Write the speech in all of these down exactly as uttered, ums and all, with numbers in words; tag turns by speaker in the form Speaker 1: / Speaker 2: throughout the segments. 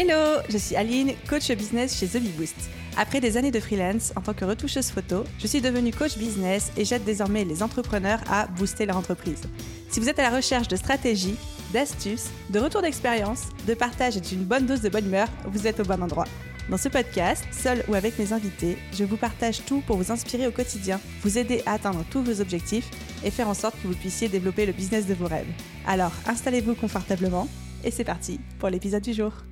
Speaker 1: Hello, je suis Aline, coach business chez The Bee Boost. Après des années de freelance en tant que retoucheuse photo, je suis devenue coach business et j'aide désormais les entrepreneurs à booster leur entreprise. Si vous êtes à la recherche de stratégies, d'astuces, de retours d'expérience, de partage et d'une bonne dose de bonne humeur, vous êtes au bon endroit. Dans ce podcast, seul ou avec mes invités, je vous partage tout pour vous inspirer au quotidien, vous aider à atteindre tous vos objectifs et faire en sorte que vous puissiez développer le business de vos rêves. Alors, installez-vous confortablement et c'est parti pour l'épisode du jour.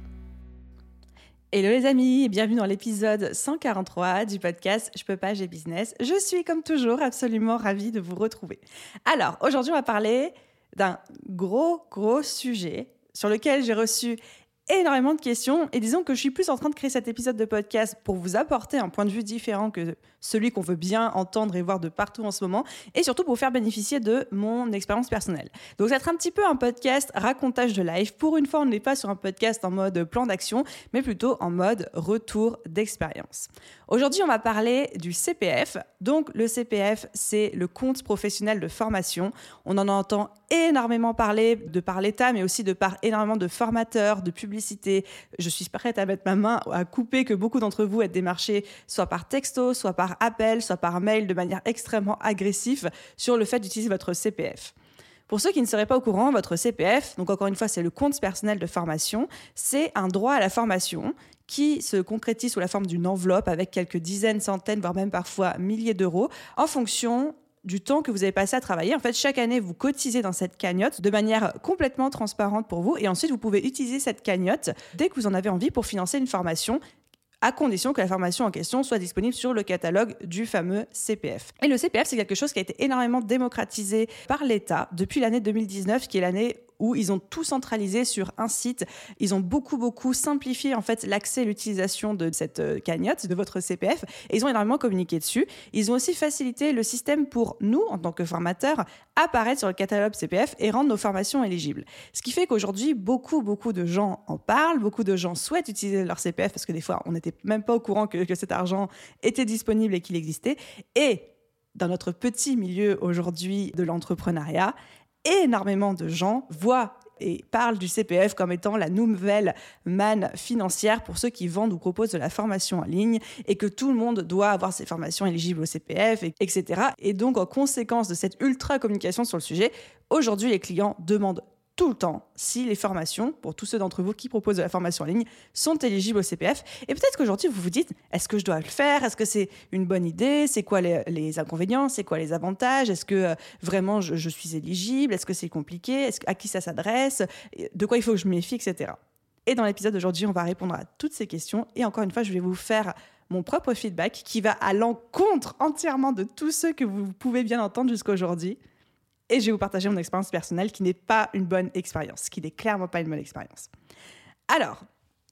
Speaker 1: Hello les amis et bienvenue dans l'épisode cent quarante-trois du podcast Je peux pas, j'ai business. Je suis comme toujours absolument ravie de vous retrouver. Alors, aujourd'hui on va parler d'un gros gros sujet sur lequel j'ai reçu énormément de questions et disons que je suis plus en train de créer cet épisode de podcast pour vous apporter un point de vue différent que celui qu'on veut bien entendre et voir de partout en ce moment et surtout pour vous faire bénéficier de mon expérience personnelle. Donc ça va être un petit peu un podcast racontage de life. Pour une fois, on n'est pas sur un podcast en mode plan d'action, mais plutôt en mode retour d'expérience. Aujourd'hui, on va parler du C P F. Donc le C P F, c'est le compte professionnel de formation. On en entend énormément parler de par l'État, mais aussi de par énormément de formateurs, de publicités. Je suis prête à mettre ma main à couper que beaucoup d'entre vous êtes démarchés soit par texto, soit par appel, soit par mail de manière extrêmement agressive sur le fait d'utiliser votre C P F. Pour ceux qui ne seraient pas au courant, votre C P F, donc encore une fois, c'est le compte personnel de formation, c'est un droit à la formation qui se concrétise sous la forme d'une enveloppe avec quelques dizaines, centaines, voire même parfois milliers d'euros en fonction du temps que vous avez passé à travailler. En fait, chaque année, vous cotisez dans cette cagnotte de manière complètement transparente pour vous et ensuite, vous pouvez utiliser cette cagnotte dès que vous en avez envie pour financer une formation à condition que la formation en question soit disponible sur le catalogue du fameux C P F. Et le C P F, c'est quelque chose qui a été énormément démocratisé par l'État depuis l'année deux mille dix-neuf, qui est l'année où ils ont tout centralisé sur un site. Ils ont beaucoup, beaucoup simplifié en fait l'accès et l'utilisation de cette cagnotte, de votre C P F, et ils ont énormément communiqué dessus. Ils ont aussi facilité le système pour nous, en tant que formateurs, apparaître sur le catalogue C P F et rendre nos formations éligibles. Ce qui fait qu'aujourd'hui, beaucoup, beaucoup de gens en parlent, beaucoup de gens souhaitent utiliser leur C P F parce que des fois, on n'était même pas au courant que, que cet argent était disponible et qu'il existait. Et dans notre petit milieu aujourd'hui de l'entrepreneuriat, énormément de gens voient et parlent du C P F comme étant la nouvelle manne financière pour ceux qui vendent ou proposent de la formation en ligne et que tout le monde doit avoir ses formations éligibles au C P F, et cetera. Et donc, en conséquence de cette ultra communication sur le sujet, aujourd'hui, les clients demandent tout le temps si les formations, pour tous ceux d'entre vous qui proposent de la formation en ligne, sont éligibles au C P F. Et peut-être qu'aujourd'hui, vous vous dites, est-ce que je dois le faire ? Est-ce que c'est une bonne idée ? C'est quoi les, les inconvénients ? C'est quoi les avantages ? Est-ce que euh, vraiment je, je suis éligible ? Est-ce que c'est compliqué ? Est-ce, à qui ça s'adresse ? De quoi il faut que je me méfie, et cetera. Et dans l'épisode d'aujourd'hui, on va répondre à toutes ces questions. Et encore une fois, je vais vous faire mon propre feedback qui va à l'encontre entièrement de tous ceux que vous pouvez bien entendre jusqu'à aujourd'hui. Et je vais vous partager mon expérience personnelle qui n'est pas une bonne expérience, qui n'est clairement pas une bonne expérience. Alors,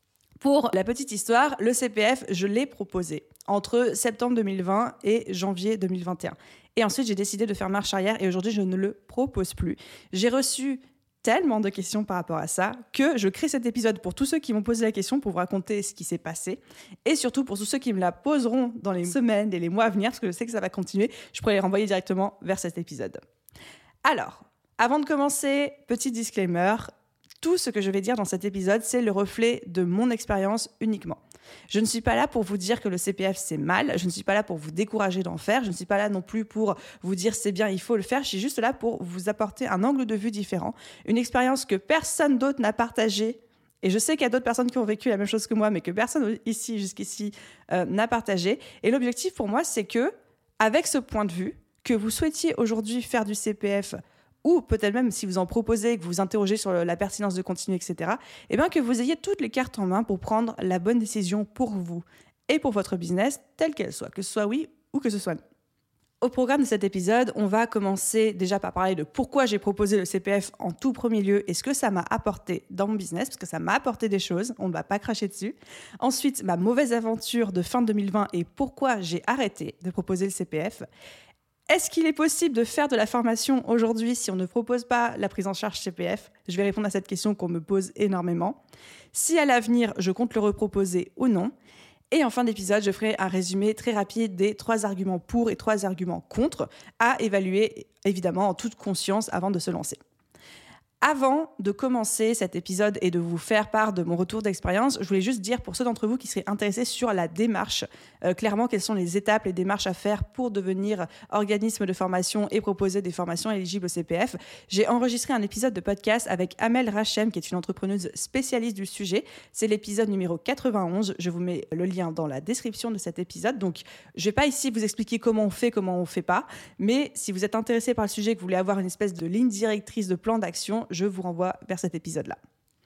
Speaker 1: pour la petite histoire, le C P F, je l'ai proposé entre septembre deux mille vingt et janvier deux mille vingt et un. Et ensuite, j'ai décidé de faire marche arrière et aujourd'hui, je ne le propose plus. J'ai reçu tellement de questions par rapport à ça que je crée cet épisode pour tous ceux qui m'ont posé la question pour vous raconter ce qui s'est passé et surtout pour tous ceux qui me la poseront dans les semaines et les mois à venir parce que je sais que ça va continuer. Je pourrais les renvoyer directement vers cet épisode. Alors, avant de commencer, petit disclaimer, tout ce que je vais dire dans cet épisode, c'est le reflet de mon expérience uniquement. Je ne suis pas là pour vous dire que le C P F c'est mal, je ne suis pas là pour vous décourager d'en faire, je ne suis pas là non plus pour vous dire c'est bien, il faut le faire, je suis juste là pour vous apporter un angle de vue différent, une expérience que personne d'autre n'a partagée. Et je sais qu'il y a d'autres personnes qui ont vécu la même chose que moi, mais que personne ici, jusqu'ici, euh, n'a partagé. Et l'objectif pour moi, c'est que, avec ce point de vue, que vous souhaitiez aujourd'hui faire du C P F ou peut-être même si vous en proposez, que vous vous interrogez sur le, la pertinence de continuer, et cetera, eh bien que vous ayez toutes les cartes en main pour prendre la bonne décision pour vous et pour votre business, telle qu'elle soit, que ce soit oui ou que ce soit non. Au programme de cet épisode, on va commencer déjà par parler de pourquoi j'ai proposé le C P F en tout premier lieu et ce que ça m'a apporté dans mon business, parce que ça m'a apporté des choses, on ne va pas cracher dessus. Ensuite, ma mauvaise aventure de fin deux mille vingt et pourquoi j'ai arrêté de proposer le C P F. Est-ce qu'il est possible de faire de la formation aujourd'hui si on ne propose pas la prise en charge C P F ? Je vais répondre à cette question qu'on me pose énormément. Si à l'avenir, je compte le reproposer ou non. Et en fin d'épisode, je ferai un résumé très rapide des trois arguments pour et trois arguments contre à évaluer, évidemment, en toute conscience avant de se lancer. Avant de commencer cet épisode et de vous faire part de mon retour d'expérience, je voulais juste dire pour ceux d'entre vous qui seraient intéressés sur la démarche, euh, clairement quelles sont les étapes, les démarches à faire pour devenir organisme de formation et proposer des formations éligibles au C P F. J'ai enregistré un épisode de podcast avec Amel Rachem, qui est une entrepreneuse spécialiste du sujet. C'est l'épisode numéro quatre-vingt-onze. Je vous mets le lien dans la description de cet épisode. Donc, je ne vais pas ici vous expliquer comment on fait, comment on ne fait pas. Mais si vous êtes intéressé par le sujet, que vous voulez avoir une espèce de ligne directrice de plan d'action, je vous renvoie vers cet épisode-là.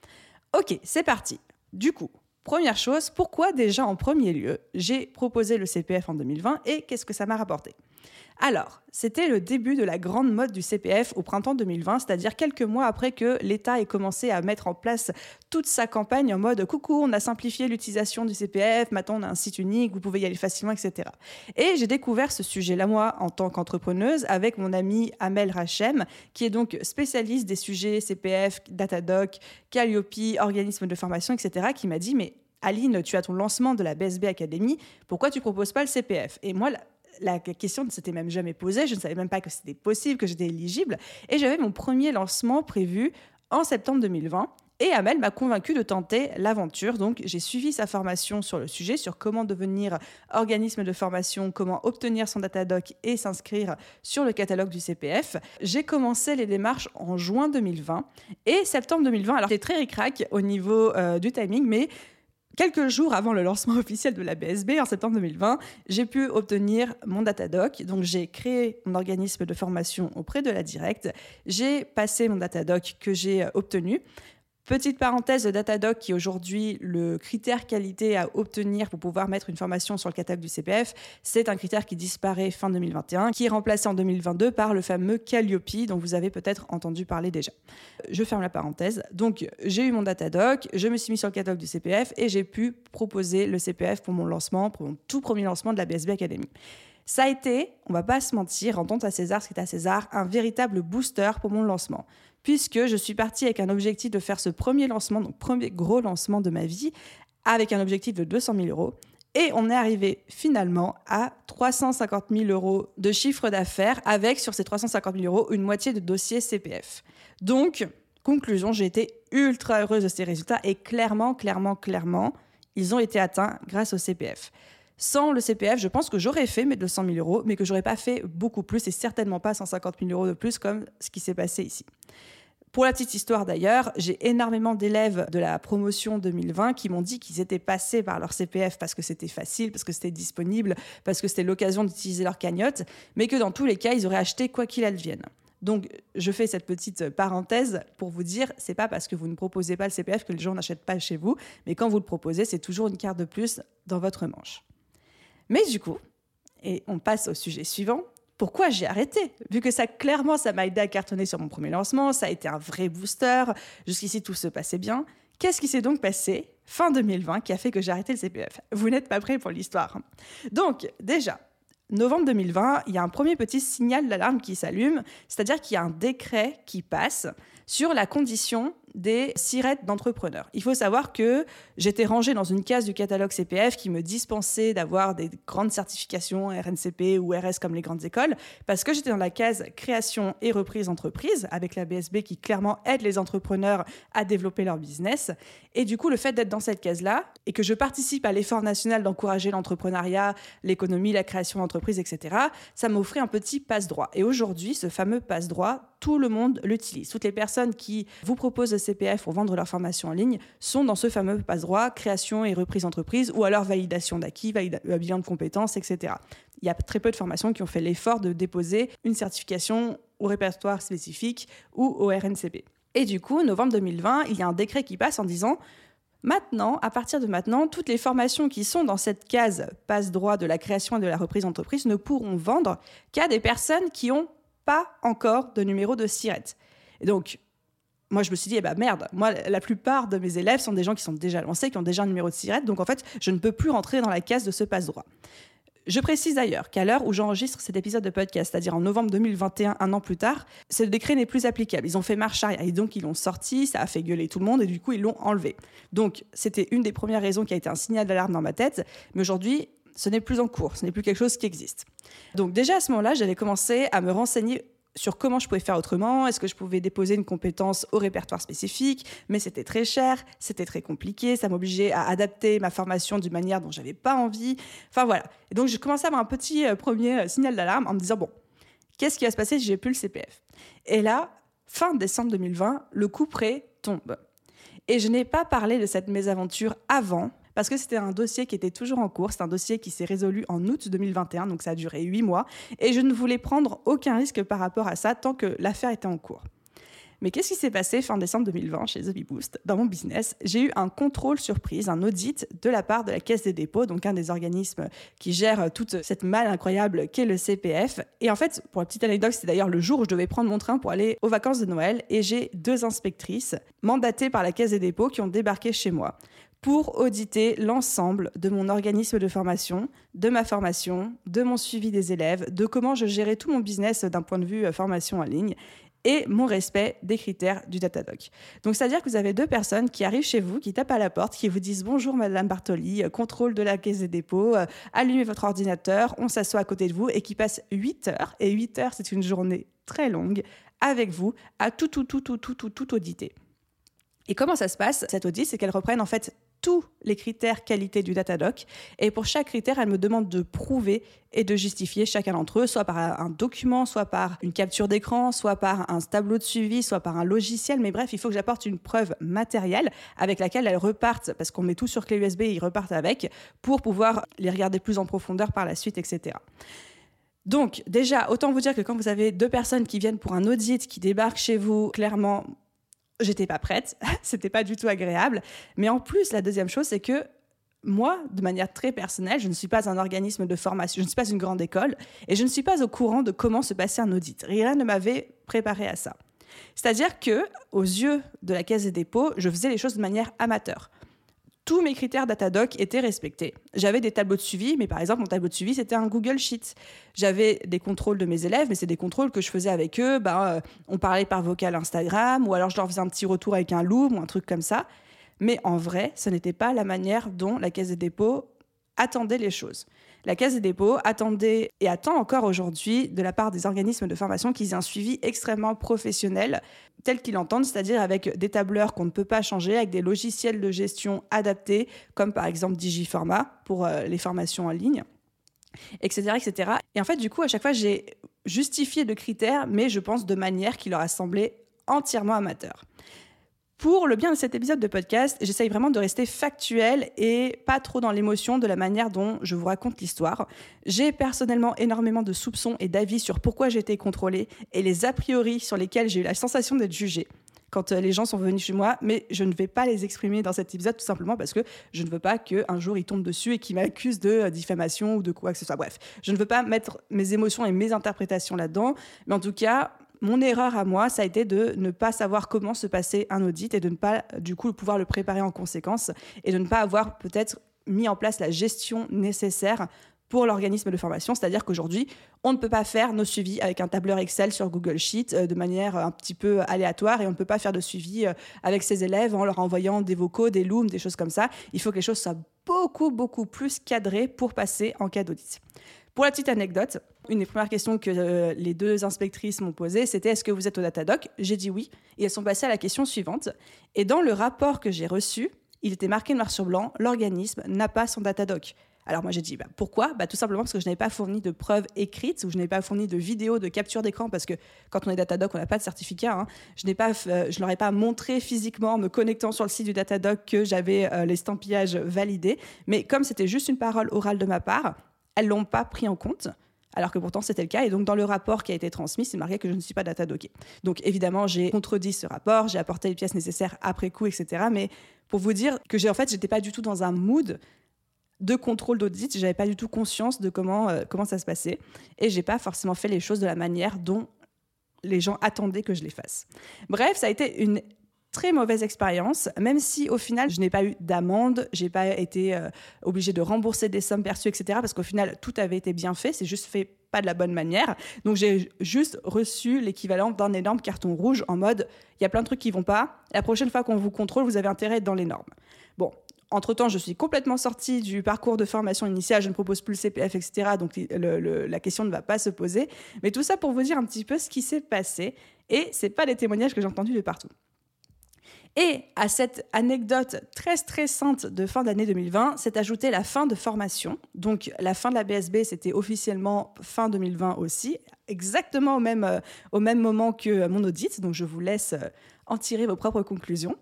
Speaker 1: Ok, c'est parti. Du coup, première chose, pourquoi déjà en premier lieu, j'ai proposé le C P F en deux mille vingt et qu'est-ce que ça m'a rapporté ? Alors, c'était le début de la grande mode du C P F au printemps deux mille vingt, c'est-à-dire quelques mois après que l'État ait commencé à mettre en place toute sa campagne en mode « Coucou, on a simplifié l'utilisation du C P F, maintenant on a un site unique, vous pouvez y aller facilement, et cetera » Et j'ai découvert ce sujet-là, moi, en tant qu'entrepreneuse, avec mon amie Amel Rachem, qui est donc spécialiste des sujets C P F, Datadoc, Calliope, organisme de formation, et cetera, qui m'a dit « Mais Aline, tu as ton lancement de la B S B Academy, pourquoi tu ne proposes pas le C P F ?» Et moi, la, la question ne s'était même jamais posée, je ne savais même pas que c'était possible, que j'étais éligible, et j'avais mon premier lancement prévu en septembre deux mille vingt, et Amel m'a convaincue de tenter l'aventure, donc j'ai suivi sa formation sur le sujet, sur comment devenir organisme de formation, comment obtenir son Datadoc et s'inscrire sur le catalogue du C P F. J'ai commencé les démarches en juin deux mille vingt, et septembre deux mille vingt, alors c'était très ric-rac au niveau euh, du timing, mais quelques jours avant le lancement officiel de la B S B, en septembre deux mille vingt, j'ai pu obtenir mon Datadoc. Donc, j'ai créé mon organisme de formation auprès de la Directe. J'ai passé mon Datadoc que j'ai obtenu. Petite parenthèse, le Datadoc qui est aujourd'hui le critère qualité à obtenir pour pouvoir mettre une formation sur le catalogue du C P F, c'est un critère qui disparaît fin deux mille vingt et un, qui est remplacé en deux mille vingt-deux par le fameux Calliope, dont vous avez peut-être entendu parler déjà. Je ferme la parenthèse. Donc, j'ai eu mon Datadoc, je me suis mis sur le catalogue du C P F et j'ai pu proposer le C P F pour mon lancement, pour mon tout premier lancement de la B S B Academy. Ça a été, on ne va pas se mentir, rendons à César ce qui est à César, un véritable booster pour mon lancement, puisque je suis partie avec un objectif de faire ce premier lancement, donc premier gros lancement de ma vie, avec un objectif de deux cent mille euros. Et on est arrivé finalement à trois cent cinquante mille euros de chiffre d'affaires, avec sur ces trois cent cinquante mille euros une moitié de dossier C P F. Donc, conclusion, j'ai été ultra heureuse de ces résultats et clairement, clairement, clairement, ils ont été atteints grâce au C P F. Sans le C P F, je pense que j'aurais fait mes deux cent mille euros, mais que j'aurais pas fait beaucoup plus et certainement pas cent cinquante mille euros de plus comme ce qui s'est passé ici. Pour la petite histoire d'ailleurs, j'ai énormément d'élèves de la promotion deux mille vingt qui m'ont dit qu'ils étaient passés par leur C P F parce que c'était facile, parce que c'était disponible, parce que c'était l'occasion d'utiliser leur cagnotte, mais que dans tous les cas, ils auraient acheté quoi qu'il advienne. Donc, je fais cette petite parenthèse pour vous dire, c'est pas parce que vous ne proposez pas le C P F que les gens n'achètent pas chez vous, mais quand vous le proposez, c'est toujours une carte de plus dans votre manche. Mais du coup, et on passe au sujet suivant, pourquoi j'ai arrêté ? Vu que ça, clairement, ça m'a aidé à cartonner sur mon premier lancement, ça a été un vrai booster, jusqu'ici tout se passait bien. Qu'est-ce qui s'est donc passé fin deux mille vingt qui a fait que j'ai arrêté le C P F ? Vous n'êtes pas prêts pour l'histoire. Donc, déjà, novembre deux mille vingt, il y a un premier petit signal d'alarme qui s'allume, c'est-à-dire qu'il y a un décret qui passe sur la condition des SIRET d'entrepreneurs. Il faut savoir que j'étais rangée dans une case du catalogue C P F qui me dispensait d'avoir des grandes certifications R N C P ou R S comme les grandes écoles, parce que j'étais dans la case création et reprise d'entreprise, avec la B S B qui clairement aide les entrepreneurs à développer leur business. Et du coup, le fait d'être dans cette case-là, et que je participe à l'effort national d'encourager l'entrepreneuriat, l'économie, la création d'entreprises, et cetera, ça m'offrait un petit passe-droit. Et aujourd'hui, ce fameux passe-droit, tout le monde l'utilise. Toutes les personnes qui vous proposent le C P F pour vendre leur formation en ligne sont dans ce fameux passe-droit, création et reprise d'entreprise, ou alors validation d'acquis, valida- bilan de compétences, et cetera. Il y a très peu de formations qui ont fait l'effort de déposer une certification au répertoire spécifique ou au R N C P. Et du coup, novembre deux mille vingt, il y a un décret qui passe en disant maintenant, à partir de maintenant, toutes les formations qui sont dans cette case passe-droit de la création et de la reprise d'entreprise ne pourront vendre qu'à des personnes qui n'ont pas encore de numéro de SIRET. Et donc, moi, je me suis dit, eh ben merde, moi, la plupart de mes élèves sont des gens qui sont déjà lancés, qui ont déjà un numéro de SIRET, donc en fait, je ne peux plus rentrer dans la case de ce passe-droit. Je précise d'ailleurs qu'à l'heure où j'enregistre cet épisode de podcast, c'est-à-dire en novembre deux mille vingt et un, un an plus tard, ce décret n'est plus applicable. Ils ont fait marche arrière et donc ils l'ont sorti, ça a fait gueuler tout le monde et du coup, ils l'ont enlevé. Donc, c'était une des premières raisons qui a été un signal d'alarme dans ma tête, mais aujourd'hui, ce n'est plus en cours, ce n'est plus quelque chose qui existe. Donc déjà, à ce moment-là, j'avais commencé à me renseigner sur comment je pouvais faire autrement, est-ce que je pouvais déposer une compétence au répertoire spécifique, mais c'était très cher, c'était très compliqué, ça m'obligeait à adapter ma formation d'une manière dont j'avais pas envie. Enfin voilà. Et donc je commençais à avoir un petit euh, premier euh, signal d'alarme en me disant bon, qu'est-ce qui va se passer si j'ai plus le C P F ? Et là, fin décembre deux mille vingt, le coup près tombe. Et je n'ai pas parlé de cette mésaventure avant, parce que c'était un dossier qui était toujours en cours. C'est un dossier qui s'est résolu en août deux mille vingt et un, donc ça a duré huit mois. Et je ne voulais prendre aucun risque par rapport à ça tant que l'affaire était en cours. Mais qu'est-ce qui s'est passé fin décembre deux mille vingt chez TheBeBoost ? Dans mon business, j'ai eu un contrôle surprise, un audit de la part de la Caisse des dépôts, donc un des organismes qui gère toute cette malle incroyable qu'est le C P F. Et en fait, pour la petite anecdote, c'était d'ailleurs le jour où je devais prendre mon train pour aller aux vacances de Noël. Et j'ai deux inspectrices mandatées par la Caisse des dépôts qui ont débarqué chez moi pour auditer l'ensemble de mon organisme de formation, de ma formation, de mon suivi des élèves, de comment je gérais tout mon business d'un point de vue formation en ligne et mon respect des critères du Datadoc. Donc, c'est-à-dire que vous avez deux personnes qui arrivent chez vous, qui tapent à la porte, qui vous disent « Bonjour Madame Bartoli, contrôle de la Caisse des dépôts, euh, allumez votre ordinateur, on s'assoit à côté de vous » et qui passent huit heures, et huit heures, c'est une journée très longue, avec vous, à tout, tout, tout, tout, tout, tout, tout auditer. Et comment ça se passe, cette audit ? C'est qu'elles reprennent en fait tous les critères qualité du Datadoc. Et pour chaque critère, elles me demandent de prouver et de justifier chacun d'entre eux, soit par un document, soit par une capture d'écran, soit par un tableau de suivi, soit par un logiciel. Mais bref, il faut que j'apporte une preuve matérielle avec laquelle elles repartent, parce qu'on met tout sur clé U S B, ils repartent avec, pour pouvoir les regarder plus en profondeur par la suite, et cetera. Donc déjà, autant vous dire que quand vous avez deux personnes qui viennent pour un audit, qui débarquent chez vous, clairement, j'étais pas prête, c'était pas du tout agréable. Mais en plus, la deuxième chose, c'est que moi, de manière très personnelle, je ne suis pas un organisme de formation, je ne suis pas une grande école et je ne suis pas au courant de comment se passait un audit. Rien ne m'avait préparé à ça. C'est-à-dire que, aux yeux de la Caisse des dépôts, je faisais les choses de manière amateur. Tous mes critères Datadoc étaient respectés. J'avais des tableaux de suivi, mais par exemple, mon tableau de suivi, c'était un Google Sheet. J'avais des contrôles de mes élèves, mais c'est des contrôles que je faisais avec eux. Ben, euh, on parlait par vocal Instagram, ou alors je leur faisais un petit retour avec un Loom, ou un truc comme ça. Mais en vrai, ce n'était pas la manière dont la Caisse des dépôts attendait les choses. La Caisse des dépôts attendait et attend encore aujourd'hui de la part des organismes de formation qu'ils aient un suivi extrêmement professionnel tel qu'ils l'entendent, c'est-à-dire avec des tableurs qu'on ne peut pas changer, avec des logiciels de gestion adaptés, comme par exemple Digiforma pour euh, les formations en ligne, et cetera, et cetera. Et en fait, du coup, à chaque fois, j'ai justifié de critères, mais je pense de manière qui leur a semblé entièrement amateur. Pour le bien de cet épisode de podcast, j'essaye vraiment de rester factuelle et pas trop dans l'émotion de la manière dont je vous raconte l'histoire. J'ai personnellement énormément de soupçons et d'avis sur pourquoi j'ai été contrôlée et les a priori sur lesquels j'ai eu la sensation d'être jugée quand les gens sont venus chez moi, mais je ne vais pas les exprimer dans cet épisode tout simplement parce que je ne veux pas qu'un jour ils tombent dessus et qu'ils m'accusent de diffamation ou de quoi que ce soit. Bref, je ne veux pas mettre mes émotions et mes interprétations là-dedans, mais en tout cas, mon erreur à moi, ça a été de ne pas savoir comment se passait un audit et de ne pas, du coup, pouvoir le préparer en conséquence et de ne pas avoir peut-être mis en place la gestion nécessaire pour l'organisme de formation. C'est-à-dire qu'aujourd'hui, on ne peut pas faire nos suivis avec un tableur Excel sur Google Sheet euh, de manière un petit peu aléatoire et on ne peut pas faire de suivi euh, avec ses élèves en leur envoyant des vocaux, des looms, des choses comme ça. Il faut que les choses soient beaucoup, beaucoup plus cadrées pour passer en cas d'audit. Pour la petite anecdote, une des premières questions que euh, les deux inspectrices m'ont posées, c'était « Est-ce que vous êtes au Datadoc ?» J'ai dit oui. Et elles sont passées à la question suivante. Et dans le rapport que j'ai reçu, il était marqué noir sur blanc « L'organisme n'a pas son Datadoc ». Alors moi j'ai dit bah, pourquoi bah, tout simplement parce que je n'avais pas fourni de preuves écrites ou je n'avais pas fourni de vidéos de capture d'écran parce que quand on est Datadoc on n'a pas de certificat. Hein. Je n'ai pas, euh, je leur ai pas montré physiquement en me connectant sur le site du Datadoc que j'avais euh, l'estampillages validés. Mais comme c'était juste une parole orale de ma part, elles l'ont pas pris en compte. Alors que pourtant c'était le cas. Et donc dans le rapport qui a été transmis, c'est marqué que je ne suis pas Datadocké. Donc évidemment, j'ai contredit ce rapport, j'ai apporté les pièces nécessaires après coup, et cetera. Mais pour vous dire que j'ai en fait, j'étais pas du tout dans un mood de contrôle d'audit, j'avais pas du tout conscience de comment euh, comment ça se passait, et j'ai pas forcément fait les choses de la manière dont les gens attendaient que je les fasse. Bref, ça a été une très mauvaise expérience, même si au final je n'ai pas eu d'amende, j'ai pas été euh, obligée de rembourser des sommes perçues, et cetera. Parce qu'au final tout avait été bien fait, c'est juste fait pas de la bonne manière. Donc j'ai juste reçu l'équivalent d'un énorme carton rouge en mode il y a plein de trucs qui vont pas, la prochaine fois qu'on vous contrôle vous avez intérêt à être dans les normes. Bon, Entre-temps, je suis complètement sortie du parcours de formation initiale, je ne propose plus le C P F, et cetera. Donc le, le, la question ne va pas se poser. Mais tout ça pour vous dire un petit peu ce qui s'est passé. Et ce n'est pas des témoignages que j'ai entendus de partout. Et à cette anecdote très stressante de fin d'année deux mille vingt, s'est ajoutée la fin de formation. Donc la fin de la B S B, c'était officiellement fin deux mille vingt aussi, exactement au même, euh, au même moment que mon audit. Donc je vous laisse euh, en tirer vos propres conclusions.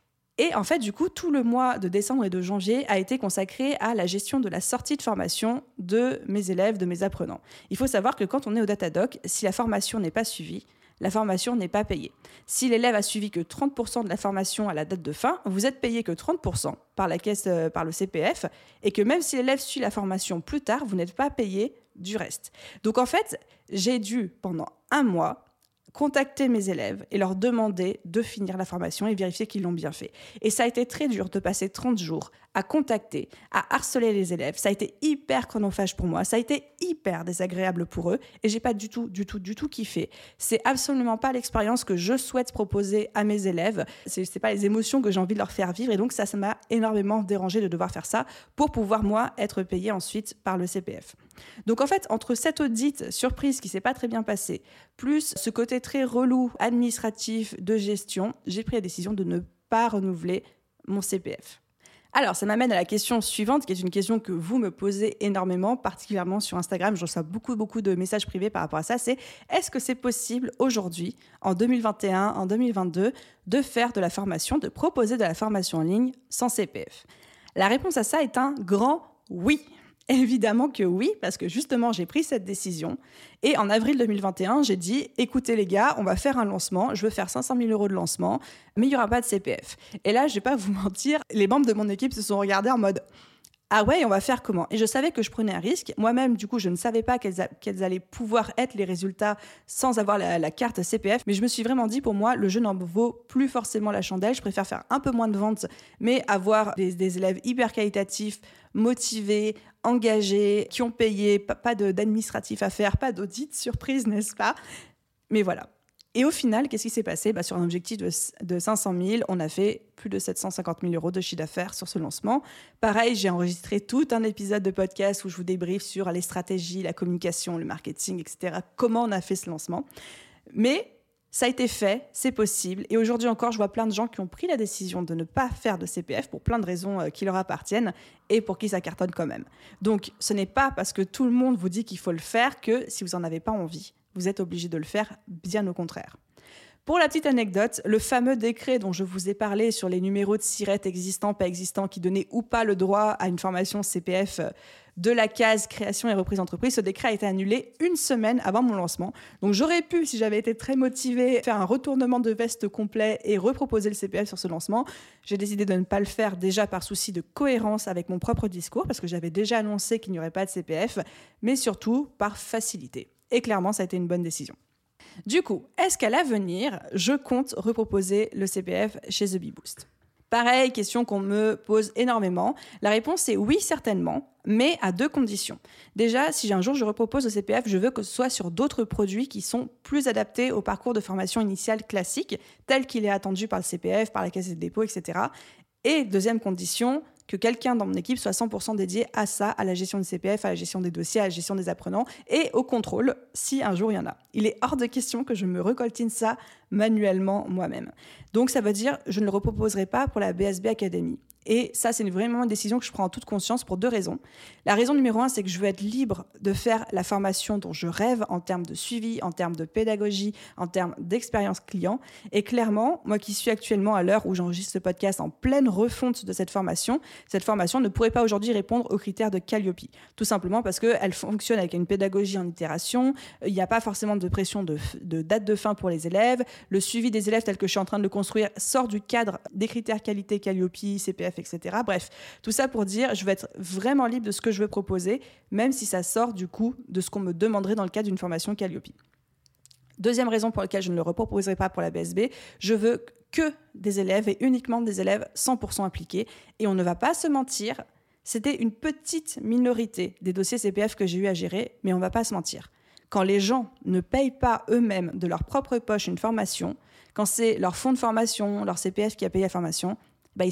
Speaker 1: Et en fait, du coup, tout le mois de décembre et de janvier a été consacré à la gestion de la sortie de formation de mes élèves, de mes apprenants. Il faut savoir que quand on est au Datadoc, si la formation n'est pas suivie, la formation n'est pas payée. Si l'élève a suivi que trente pour cent de la formation à la date de fin, vous êtes payé que trente pour cent par la caisse, euh, par le C P F, et que même si l'élève suit la formation plus tard, vous n'êtes pas payé du reste. Donc en fait, j'ai dû, pendant un mois, contacter mes élèves et leur demander de finir la formation et vérifier qu'ils l'ont bien fait. Et ça a été très dur de passer trente jours à contacter, à harceler les élèves. Ça a été hyper chronophage pour moi, ça a été hyper désagréable pour eux et j'ai pas du tout, du tout, du tout kiffé. C'est absolument pas l'expérience que je souhaite proposer à mes élèves. C'est, c'est pas les émotions que j'ai envie de leur faire vivre et donc ça, ça m'a énormément dérangé de devoir faire ça pour pouvoir, moi, être payée ensuite par le C P F. Donc en fait, entre cet audit surprise qui s'est pas très bien passé, plus ce côté très relou administratif de gestion, j'ai pris la décision de ne pas renouveler mon C P F. Alors, ça m'amène à la question suivante, qui est une question que vous me posez énormément, particulièrement sur Instagram. Je reçois beaucoup, beaucoup de messages privés par rapport à ça. C'est, est-ce que c'est possible aujourd'hui, en deux mille vingt et un, en deux mille vingt-deux, de faire de la formation, de proposer de la formation en ligne sans C P F ? La réponse à ça est un grand oui. Évidemment que oui, parce que justement, j'ai pris cette décision. Et en avril deux mille vingt et un, j'ai dit, écoutez les gars, on va faire un lancement, je veux faire cinq cent mille euros de lancement, mais il n'y aura pas de C P F. Et là, je ne vais pas vous mentir, les membres de mon équipe se sont regardés en mode, ah ouais, on va faire comment ? Et je savais que je prenais un risque. Moi-même, du coup, je ne savais pas quels, a- quels allaient pouvoir être les résultats sans avoir la, la carte C P F. Mais je me suis vraiment dit, pour moi, le jeu n'en vaut plus forcément la chandelle. Je préfère faire un peu moins de ventes, mais avoir des, des élèves hyper qualitatifs, motivés, engagés, qui ont payé, pas, pas de, d'administratif à faire, pas d'audit surprise, n'est-ce pas ? Mais voilà. Et au final, qu'est-ce qui s'est passé ? Bah, sur un objectif de, de cinq cent mille, on a fait plus de sept cent cinquante mille euros de chiffre d'affaires sur ce lancement. Pareil, j'ai enregistré tout un épisode de podcast où je vous débriefe sur les stratégies, la communication, le marketing, et cetera. Comment on a fait ce lancement. Mais ça a été fait, c'est possible. Et aujourd'hui encore, je vois plein de gens qui ont pris la décision de ne pas faire de C P F pour plein de raisons euh, qui leur appartiennent et pour qui ça cartonne quand même. Donc, ce n'est pas parce que tout le monde vous dit qu'il faut le faire que si vous n'en avez pas envie, vous êtes obligé de le faire, bien au contraire. Pour la petite anecdote, le fameux décret dont je vous ai parlé sur les numéros de SIRET existants, pas existants, qui donnait ou pas le droit à une formation C P F de la case création et reprise d'entreprise, ce décret a été annulé une semaine avant mon lancement. Donc j'aurais pu, si j'avais été très motivée, faire un retournement de veste complet et reproposer le C P F sur ce lancement. J'ai décidé de ne pas le faire déjà par souci de cohérence avec mon propre discours, parce que j'avais déjà annoncé qu'il n'y aurait pas de C P F, mais surtout par facilité. Et clairement, ça a été une bonne décision. Du coup, est-ce qu'à l'avenir, je compte reproposer le C P F chez The Bee Boost ? Pareil, question qu'on me pose énormément. La réponse est oui, certainement, mais à deux conditions. Déjà, si un jour je repropose le C P F, je veux que ce soit sur d'autres produits qui sont plus adaptés au parcours de formation initiale classique, tel qu'il est attendu par le C P F, par la Caisse des dépôts, et cetera. Et deuxième condition, que quelqu'un dans mon équipe soit cent pour cent dédié à ça, à la gestion du C P F, à la gestion des dossiers, à la gestion des apprenants et au contrôle, si un jour il y en a. Il est hors de question que je me recoltine ça manuellement moi-même. Donc ça veut dire je ne le reproposerai pas pour la B S B Academy. Et ça, c'est vraiment une décision que je prends en toute conscience pour deux raisons. La raison numéro un, c'est que je veux être libre de faire la formation dont je rêve en termes de suivi, en termes de pédagogie, en termes d'expérience client. Et clairement, moi qui suis actuellement à l'heure où j'enregistre ce podcast en pleine refonte de cette formation, cette formation ne pourrait pas aujourd'hui répondre aux critères de Calliope. Tout simplement parce qu'elle fonctionne avec une pédagogie en itération, il n'y a pas forcément de pression de, de date de fin pour les élèves, le suivi des élèves tel que je suis en train de le construire sort du cadre des critères qualité Calliope, C P F, et cetera. Bref, tout ça pour dire, je veux être vraiment libre de ce que je veux proposer, même si ça sort du coup de ce qu'on me demanderait dans le cadre d'une formation Calliope. Deuxième raison pour laquelle je ne le reproposerai pas pour la B S B, je veux que des élèves et uniquement des élèves cent pour cent appliqués. Et on ne va pas se mentir, c'était une petite minorité des dossiers C P F que j'ai eu à gérer, mais on ne va pas se mentir. Quand les gens ne payent pas eux-mêmes de leur propre poche une formation, quand c'est leur fonds de formation, leur C P F qui a payé la formation, bah ils sont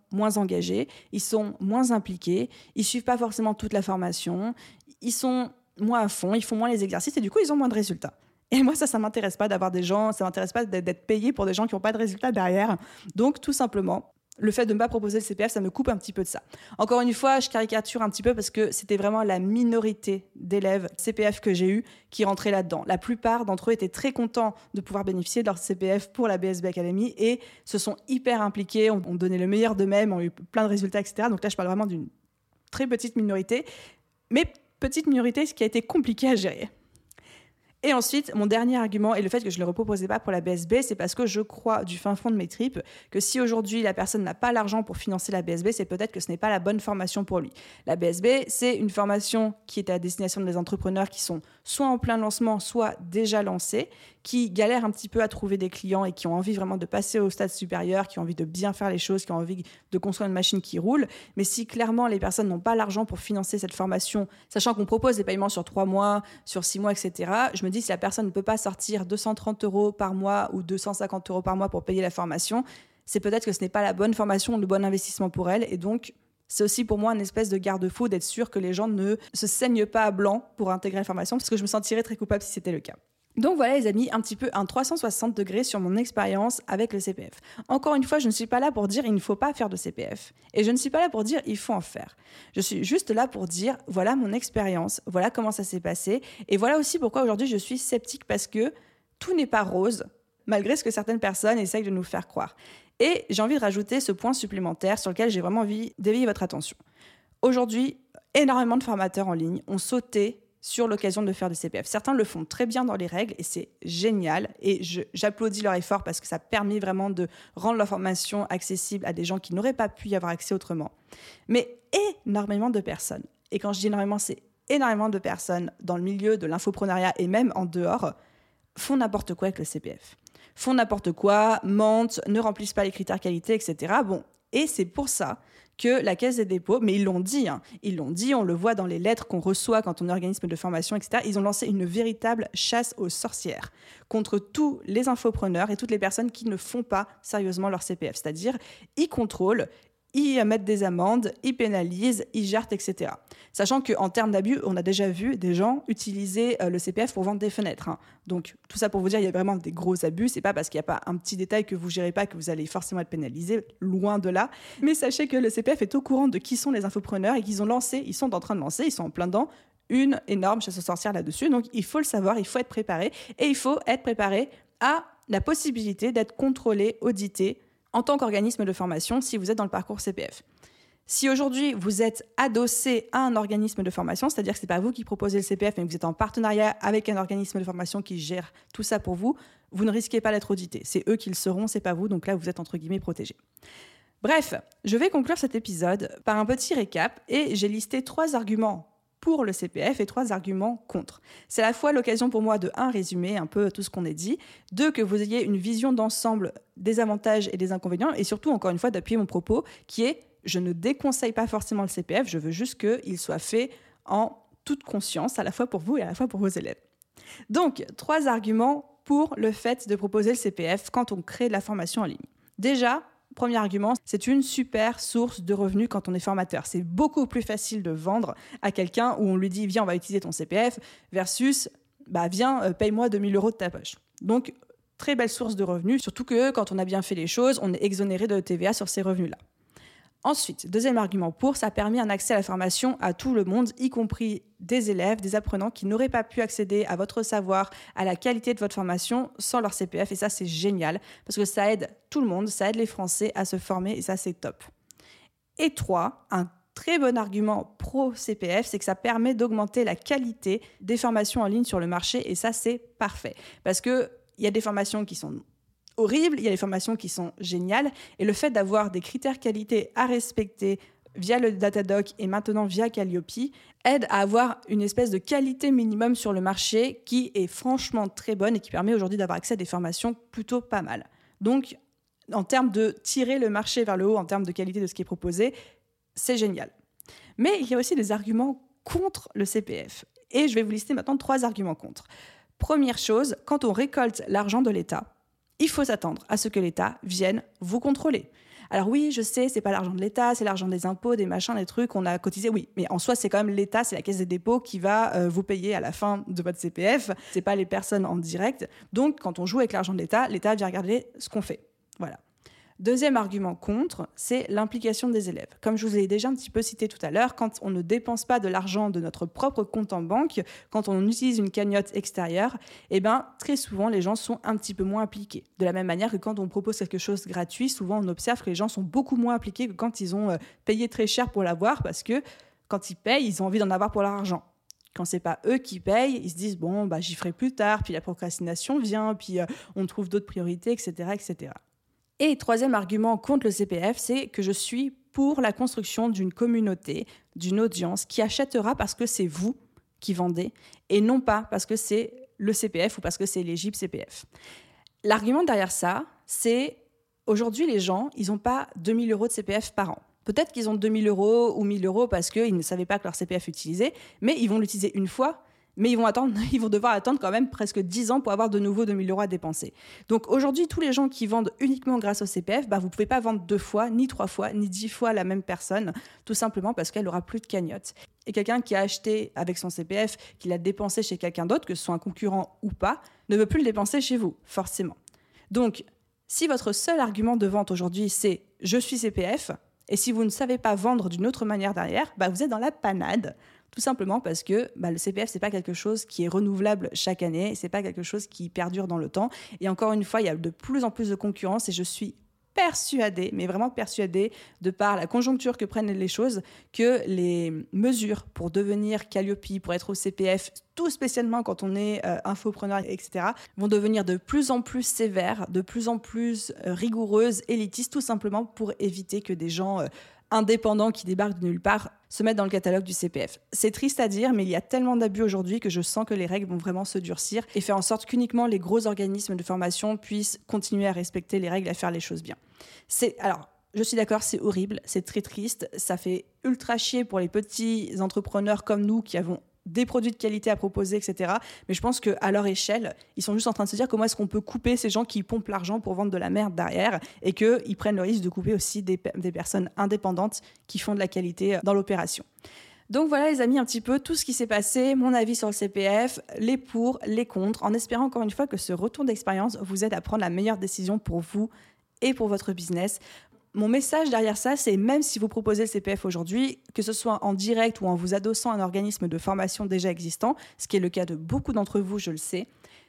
Speaker 1: moins engagés, ils sont moins impliqués, ils suivent pas forcément toute la formation, ils sont moins à fond, ils font moins les exercices et du coup, ils ont moins de résultats. Et moi, ça, ça m'intéresse pas d'avoir des gens, ça m'intéresse pas d'être payé pour des gens qui n'ont pas de résultats derrière. Donc, tout simplement, le fait de ne pas proposer le C P F, ça me coupe un petit peu de ça. Encore une fois, je caricature un petit peu parce que c'était vraiment la minorité d'élèves C P F que j'ai eu qui rentraient là-dedans. La plupart d'entre eux étaient très contents de pouvoir bénéficier de leur C P F pour la B S B Academy et se sont hyper impliqués, ont, ont donné le meilleur d'eux-mêmes, ont eu plein de résultats, et cetera. Donc là, je parle vraiment d'une très petite minorité, mais petite minorité, ce qui a été compliqué à gérer. Et ensuite, mon dernier argument, et le fait que je ne le reproposais pas pour la B S B, c'est parce que je crois du fin fond de mes tripes que si aujourd'hui la personne n'a pas l'argent pour financer la B S B, c'est peut-être que ce n'est pas la bonne formation pour lui. La B S B, c'est une formation qui est à destination des entrepreneurs qui sont soit en plein lancement, soit déjà lancés, qui galèrent un petit peu à trouver des clients et qui ont envie vraiment de passer au stade supérieur, qui ont envie de bien faire les choses, qui ont envie de construire une machine qui roule. Mais si clairement les personnes n'ont pas l'argent pour financer cette formation, sachant qu'on propose des paiements sur trois mois, sur six mois, et cetera, je me dis si la personne ne peut pas sortir deux cent trente euros par mois ou deux cent cinquante euros par mois pour payer la formation, c'est peut-être que ce n'est pas la bonne formation, le bon investissement pour elle. Et donc, c'est aussi pour moi une espèce de garde-fou d'être sûr que les gens ne se saignent pas à blanc pour intégrer la formation, parce que je me sentirais très coupable si c'était le cas. Donc voilà les amis, un petit peu un trois cent soixante degrés sur mon expérience avec le C P F. Encore une fois, je ne suis pas là pour dire il ne faut pas faire de C P F. Et je ne suis pas là pour dire il faut en faire. Je suis juste là pour dire voilà mon expérience, voilà comment ça s'est passé. Et voilà aussi pourquoi aujourd'hui je suis sceptique, parce que tout n'est pas rose, malgré ce que certaines personnes essayent de nous faire croire. Et j'ai envie de rajouter ce point supplémentaire sur lequel j'ai vraiment envie d'éveiller votre attention. Aujourd'hui, énormément de formateurs en ligne ont sauté sur l'occasion de faire du C P F. Certains le font très bien dans les règles et c'est génial. Et je, j'applaudis leur effort parce que ça permet vraiment de rendre leur formation accessible à des gens qui n'auraient pas pu y avoir accès autrement. Mais énormément de personnes, et quand je dis énormément, c'est énormément de personnes dans le milieu de l'infoprenariat et même en dehors, font n'importe quoi avec le C P F. Font n'importe quoi, mentent, ne remplissent pas les critères qualité, et cetera. Bon, et c'est pour ça que la Caisse des dépôts, mais ils l'ont dit, hein, ils l'ont dit, on le voit dans les lettres qu'on reçoit quand on est organisme de formation, et cetera. Ils ont lancé une véritable chasse aux sorcières contre tous les infopreneurs et toutes les personnes qui ne font pas sérieusement leur C P F. C'est-à-dire, ils contrôlent, ils mettent des amendes, ils pénalisent, ils jartent, et cetera. Sachant qu'en termes d'abus, on a déjà vu des gens utiliser euh, le C P F pour vendre des fenêtres. Hein. Donc, tout ça pour vous dire, il y a vraiment des gros abus. C'est pas parce qu'il n'y a pas un petit détail que vous ne gérez pas que vous allez forcément être pénalisé, loin de là. Mais sachez que le C P F est au courant de qui sont les infopreneurs et qu'ils ont lancé, ils sont en train de lancer, ils sont en plein dedans, une énorme chasse aux sorcières là-dessus. Donc, il faut le savoir, il faut être préparé. Et il faut être préparé à la possibilité d'être contrôlé, audité, en tant qu'organisme de formation, si vous êtes dans le parcours C P F. Si aujourd'hui, vous êtes adossé à un organisme de formation, c'est-à-dire que ce n'est pas vous qui proposez le C P F, mais que vous êtes en partenariat avec un organisme de formation qui gère tout ça pour vous, vous ne risquez pas d'être audité. C'est eux qui le seront, c'est pas vous, donc là, vous êtes entre guillemets protégé. Bref, je vais conclure cet épisode par un petit récap et j'ai listé trois arguments pour le C P F et trois arguments contre. C'est à la fois l'occasion pour moi de, un, résumer un peu tout ce qu'on a dit, deux, que vous ayez une vision d'ensemble des avantages et des inconvénients, et surtout, encore une fois, d'appuyer mon propos, qui est, je ne déconseille pas forcément le C P F, je veux juste qu'il soit fait en toute conscience, à la fois pour vous et à la fois pour vos élèves. Donc, trois arguments pour le fait de proposer le C P F quand on crée de la formation en ligne. Déjà, premier argument, c'est une super source de revenus quand on est formateur. C'est beaucoup plus facile de vendre à quelqu'un où on lui dit « Viens, on va utiliser ton C P F » versus bah, « Viens, euh, paye-moi deux mille euros de ta poche ». Donc, très belle source de revenus, surtout que quand on a bien fait les choses, on est exonéré de T V A sur ces revenus-là. Ensuite, deuxième argument pour, ça a permis un accès à la formation à tout le monde, y compris des élèves, des apprenants qui n'auraient pas pu accéder à votre savoir, à la qualité de votre formation sans leur C P F. Et ça, c'est génial parce que ça aide tout le monde, ça aide les Français à se former et ça, c'est top. Et trois, un très bon argument pro-C P F, c'est que ça permet d'augmenter la qualité des formations en ligne sur le marché et ça, c'est parfait. Parce qu'il y a des formations qui sont horribles, il y a des formations qui sont géniales et le fait d'avoir des critères qualité à respecter via le Datadoc et maintenant via Calliope aide à avoir une espèce de qualité minimum sur le marché qui est franchement très bonne et qui permet aujourd'hui d'avoir accès à des formations plutôt pas mal. Donc, en termes de tirer le marché vers le haut, en termes de qualité de ce qui est proposé, c'est génial. Mais il y a aussi des arguments contre le C P F et je vais vous lister maintenant trois arguments contre. Première chose, quand on récolte l'argent de l'État, il faut s'attendre à ce que l'État vienne vous contrôler. Alors oui, je sais, c'est pas l'argent de l'État, c'est l'argent des impôts, des machins, des trucs, on a cotisé, oui. Mais en soi, c'est quand même l'État, c'est la Caisse des dépôts qui va euh, vous payer à la fin de votre C P F. C'est pas les personnes en direct. Donc, quand on joue avec l'argent de l'État, l'État vient regarder ce qu'on fait. Voilà. Deuxième argument contre, c'est l'implication des élèves. Comme je vous l'ai déjà un petit peu cité tout à l'heure, quand on ne dépense pas de l'argent de notre propre compte en banque, quand on utilise une cagnotte extérieure, eh ben, très souvent, les gens sont un petit peu moins impliqués. De la même manière que quand on propose quelque chose gratuit, souvent on observe que les gens sont beaucoup moins impliqués que quand ils ont payé très cher pour l'avoir, parce que quand ils payent, ils ont envie d'en avoir pour leur argent. Quand c'est pas eux qui payent, ils se disent bon bah j'y ferai plus tard, puis la procrastination vient, puis euh, on trouve d'autres priorités, et cetera, et cetera. Et troisième argument contre le C P F, c'est que je suis pour la construction d'une communauté, d'une audience qui achètera parce que c'est vous qui vendez et non pas parce que c'est le C P F ou parce que c'est éligible C P F. L'argument derrière ça, c'est aujourd'hui les gens, ils n'ont pas deux mille euros de C P F par an. Peut-être qu'ils ont deux mille euros ou mille euros parce qu'ils ne savaient pas que leur C P F utilisait, mais ils vont l'utiliser une fois. Mais ils vont, attendre, ils vont devoir attendre quand même presque dix ans pour avoir de nouveau deux mille euros à dépenser. Donc aujourd'hui, tous les gens qui vendent uniquement grâce au C P F, bah, vous ne pouvez pas vendre deux fois, ni trois fois, ni dix fois la même personne, tout simplement parce qu'elle n'aura plus de cagnotte. Et quelqu'un qui a acheté avec son C P F, qui l'a dépensé chez quelqu'un d'autre, que ce soit un concurrent ou pas, ne veut plus le dépenser chez vous, forcément. Donc, si votre seul argument de vente aujourd'hui, c'est « je suis C P F », et si vous ne savez pas vendre d'une autre manière derrière, bah, vous êtes dans la panade. Tout simplement parce que bah, le C P F, ce n'est pas quelque chose qui est renouvelable chaque année, ce n'est pas quelque chose qui perdure dans le temps. Et encore une fois, il y a de plus en plus de concurrence et je suis persuadée, mais vraiment persuadée, de par la conjoncture que prennent les choses, que les mesures pour devenir Calliope, pour être au C P F, tout spécialement quand on est euh, infopreneur, et cetera, vont devenir de plus en plus sévères, de plus en plus euh, rigoureuses, élitistes, tout simplement pour éviter que des gens... Euh, indépendants qui débarquent de nulle part se mettent dans le catalogue du C P F. C'est triste à dire, mais il y a tellement d'abus aujourd'hui que je sens que les règles vont vraiment se durcir et faire en sorte qu'uniquement les gros organismes de formation puissent continuer à respecter les règles et à faire les choses bien. C'est, alors, je suis d'accord, c'est horrible, c'est très triste, ça fait ultra chier pour les petits entrepreneurs comme nous qui avons des produits de qualité à proposer, et cetera. Mais je pense qu'à leur échelle, ils sont juste en train de se dire comment est-ce qu'on peut couper ces gens qui pompent l'argent pour vendre de la merde derrière et qu'ils prennent le risque de couper aussi des, des personnes indépendantes qui font de la qualité dans l'opération. Donc voilà les amis, un petit peu tout ce qui s'est passé, mon avis sur le C P F, les pour, les contre, en espérant encore une fois que ce retour d'expérience vous aide à prendre la meilleure décision pour vous et pour votre business. Mon message derrière ça, c'est même si vous proposez le C P F aujourd'hui, que ce soit en direct ou en vous adossant à un organisme de formation déjà existant, ce qui est le cas de beaucoup d'entre vous, je le sais,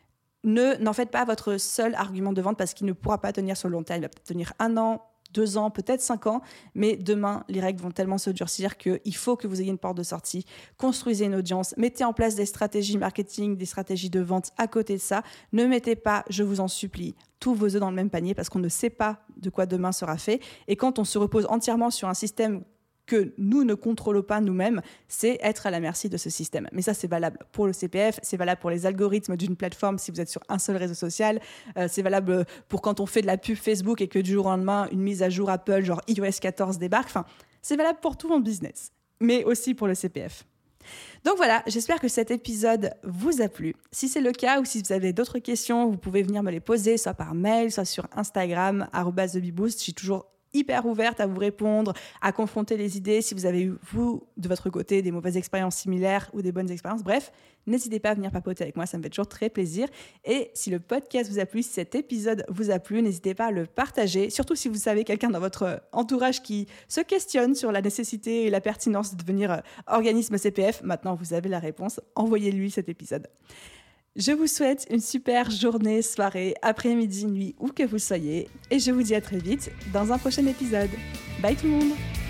Speaker 1: ne, n'en faites pas votre seul argument de vente parce qu'il ne pourra pas tenir sur le long terme. Il va peut-être tenir un an, deux ans, peut-être cinq ans, mais demain, les règles vont tellement se durcir qu'il faut que vous ayez une porte de sortie, construisez une audience, mettez en place des stratégies marketing, des stratégies de vente à côté de ça. Ne mettez pas, je vous en supplie, tous vos œufs dans le même panier parce qu'on ne sait pas de quoi demain sera fait. Et quand on se repose entièrement sur un système que nous ne contrôlons pas nous-mêmes, c'est être à la merci de ce système. Mais ça, c'est valable pour le C P F, c'est valable pour les algorithmes d'une plateforme si vous êtes sur un seul réseau social, euh, c'est valable pour quand on fait de la pub Facebook et que du jour au lendemain, une mise à jour Apple, genre i O S quatorze débarque. Enfin, c'est valable pour tout mon business, mais aussi pour le C P F. Donc voilà, j'espère que cet épisode vous a plu. Si c'est le cas ou si vous avez d'autres questions, vous pouvez venir me les poser, soit par mail, soit sur Instagram, arobase thebeboost. Je suis toujours hyper ouverte à vous répondre, à confronter les idées. Si vous avez eu, vous, de votre côté, des mauvaises expériences similaires ou des bonnes expériences, bref, n'hésitez pas à venir papoter avec moi, ça me fait toujours très plaisir. Et si le podcast vous a plu, si cet épisode vous a plu, n'hésitez pas à le partager, surtout si vous savez quelqu'un dans votre entourage qui se questionne sur la nécessité et la pertinence de devenir organisme C P F. Maintenant, vous avez la réponse, envoyez-lui cet épisode. Je vous souhaite une super journée, soirée, après-midi, nuit, où que vous soyez. Et je vous dis à très vite dans un prochain épisode. Bye tout le monde!